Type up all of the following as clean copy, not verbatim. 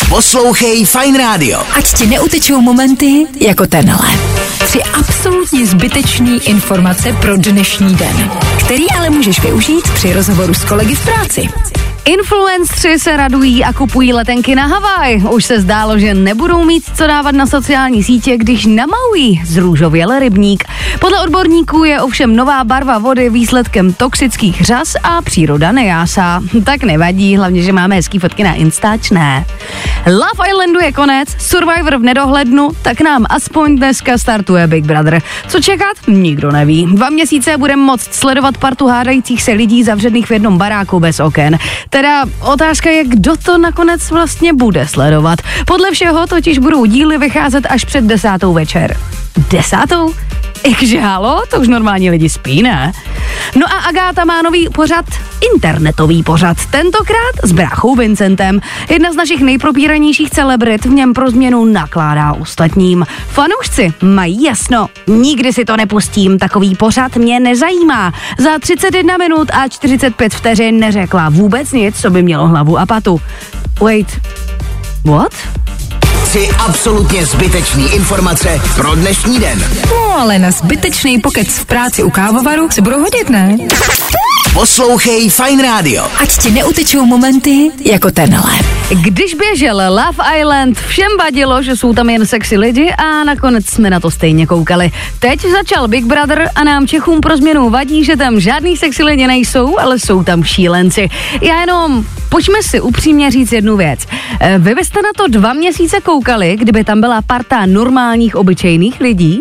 Poslouchej Fajn rádio. Ať ti neutečou momenty jako tenhle. 3 absolutně zbytečný informace pro dnešní den, který ale můžeš využít při rozhovoru s kolegy v práci. Influencři se radují a kupují letenky na Havaj. Už se zdálo, že nebudou mít co dávat na sociální sítě, když namalují zrůžověl rybník. Podle odborníků je ovšem nová barva vody výsledkem toxických řas a příroda nejásá. Tak nevadí, hlavně, že máme hezký fotky na Instač, ne? Love Islandu je konec, Survivor v nedohlednu, tak nám aspoň dneska startuje Big Brother. Co čekat? Nikdo neví. 2 měsíce budeme moct sledovat partu hádajících se lidí zavřených v jednom baráku bez oken. Teda otázka je, kdo to nakonec vlastně bude sledovat. Podle všeho totiž budou díly vycházet až před 10. večer. 10? Jakže halo, to už normálně lidi spí, ne? No a Agáta má nový pořad, internetový pořad, tentokrát s bráchou Vincentem. Jedna z našich nejpropíranějších celebrit v něm pro změnu nakládá ostatním. Fanoušci mají jasno, nikdy si to nepustím, takový pořad mě nezajímá. Za 31 minut a 45 vteřin neřekla vůbec nic, co by mělo hlavu a patu. Wait, what? 3 absolutně zbytečný informace pro dnešní den. No ale na zbytečný pokec v práci u kávovaru se budou hodit, ne? Poslouchej Fajn rádio. Ať ti neutečou momenty jako tenhle. Když běžel Love Island, všem vadilo, že jsou tam jen sexy lidi a nakonec jsme na to stejně koukali. Teď začal Big Brother a nám Čechům pro změnu vadí, že tam žádný sexy lidi nejsou, ale jsou tam šílenci. Já jenom, pojďme si upřímně říct jednu věc. Vy byste na to 2 měsíce koukali, kdyby tam byla parta normálních, obyčejných lidí?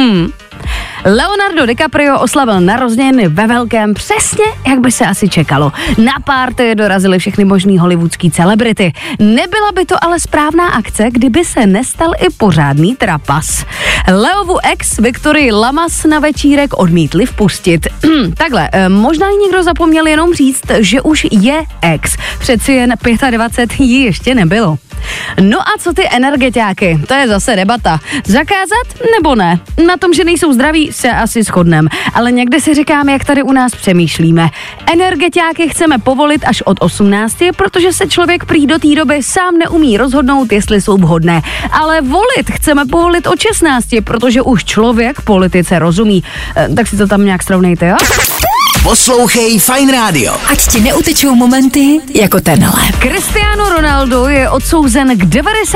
Leonardo DiCaprio oslavil narozeniny ve velkém přesně, jak by se asi čekalo. Na párty dorazily všechny možný hollywoodský celebrity. Nebyla by to ale správná akce, kdyby se nestal i pořádný trapas. Leovu ex Viktorii Lamas na večírek odmítli vpustit. Takhle, možná jí někdo zapomněl jenom říct, že už je ex. Přeci jen 25 jí ještě nebylo. No a co ty energetiáky? To je zase debata. Zakázat nebo ne? Na tom, že nejsou zdraví, se asi shodneme. Ale někde si říkám, jak tady u nás přemýšlíme. Energetiáky chceme povolit až od 18, protože se člověk prý do té doby sám neumí rozhodnout, jestli jsou vhodné. Ale volit chceme povolit od 16, protože už člověk politice rozumí. Tak si to tam nějak srovnejte, jo? Poslouchej Fajn rádio. Ať ti neutečou momenty jako tenhle. Cristiano Ronaldo je odsouzen k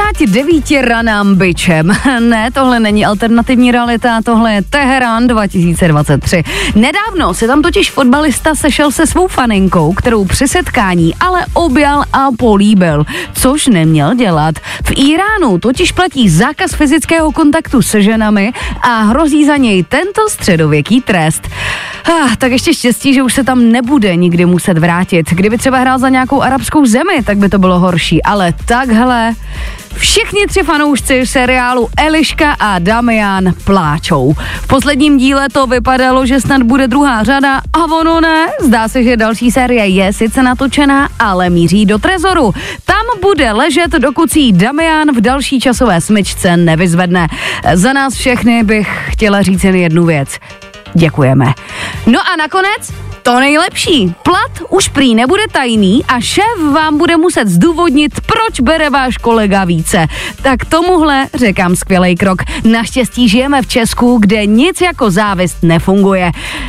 99 ranám bičem. Ne, tohle není alternativní realita, tohle je Teherán 2023. Nedávno se tam totiž fotbalista sešel se svou faninkou, kterou při setkání ale objal a políbil, což neměl dělat. V Iránu totiž platí zákaz fyzického kontaktu se ženami a hrozí za něj tento středověký trest. Tak ještě štěstí, že už se tam nebude nikdy muset vrátit. Kdyby třeba hrál za nějakou arabskou zemi, tak by to bylo horší. Ale takhle všichni 3 fanoušci seriálu Eliška a Damian pláčou. V posledním díle to vypadalo, že snad bude druhá řada a ono ne. Zdá se, že další série je sice natočená, ale míří do trezoru. Tam bude ležet, dokud si Damian v další časové smyčce nevyzvedne. Za nás všechny bych chtěla říct jen jednu věc. Děkujeme. No a nakonec to nejlepší. Plat už prý nebude tajný a šéf vám bude muset zdůvodnit, proč bere váš kolega více. Tak tomuhle říkám skvělej krok. Naštěstí žijeme v Česku, kde nic jako závist nefunguje.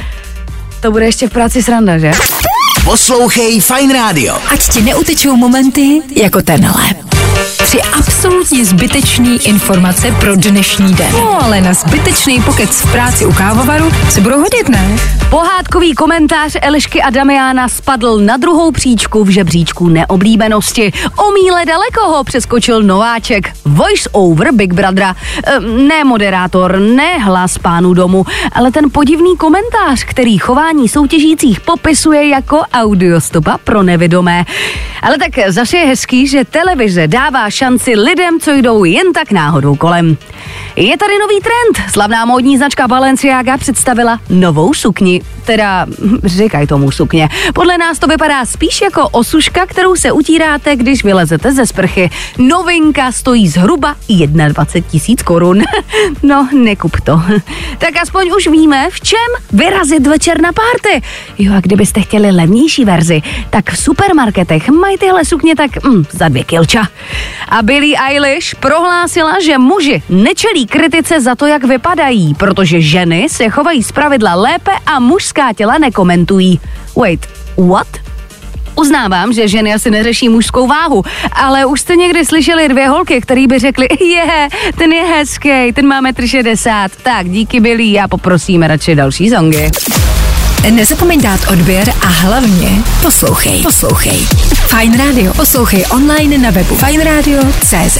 To bude ještě v práci sranda, že? Poslouchej Fajn rádio. Ať ti neutečou momenty jako tenhle. 3 absolutně zbytečný informace pro dnešní den. No ale na zbytečný pokec v práci u kávovaru se budou hodit, ne? Pohádkový komentář Elišky a Damiana spadl na 2. příčku v žebříčku neoblíbenosti. O míle daleko ho přeskočil nováček, voice over Big Brothera. Ne moderátor, ne hlas pánů domu, ale ten podivný komentář, který chování soutěžících popisuje jako audiostopa pro nevidomé. Ale tak zase je hezký, že televize dává šanci lidem lidem, co jdou jen tak náhodou kolem. Je tady nový trend. Slavná módní značka Balenciaga představila novou sukni. Teda, říkaj tomu sukně. Podle nás to vypadá spíš jako osuška, kterou se utíráte, když vylezete ze sprchy. Novinka stojí zhruba 21 000 korun. No, nekup to. Tak aspoň už víme, v čem vyrazit večer na párty. Jo, a kdybyste chtěli levnější verzi, tak v supermarketech mají tyhle sukně tak za 2 kilča. A Billie Eilish prohlásila, že muži nečelí kritice za to, jak vypadají, protože ženy se chovají zpravidla lépe a mužská těla nekomentují. Wait, what? Uznávám, že ženy asi neřeší mužskou váhu, ale už jste někdy slyšeli 2 holky, který by řekli, ten je hezký, ten má 1,60 m. Tak, díky Billie a poprosíme radši další songy. Nezapomeň dát odběr a hlavně poslouchej. Fajn Radio. Poslouchej online na webu fajnradio.cz.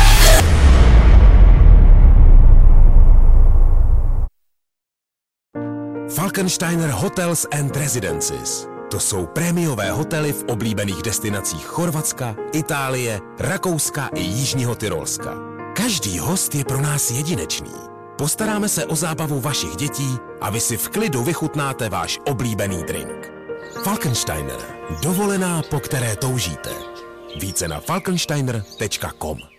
Falkensteiner Hotels and Residences. To jsou prémiové hotely v oblíbených destinacích Chorvatska, Itálie, Rakouska i Jižního Tyrolska. Každý host je pro nás jedinečný. Postaráme se o zábavu vašich dětí a vy si v klidu vychutnáte váš oblíbený drink. Falkensteiner. Dovolená, po které toužíte. Více na falkensteiner.com.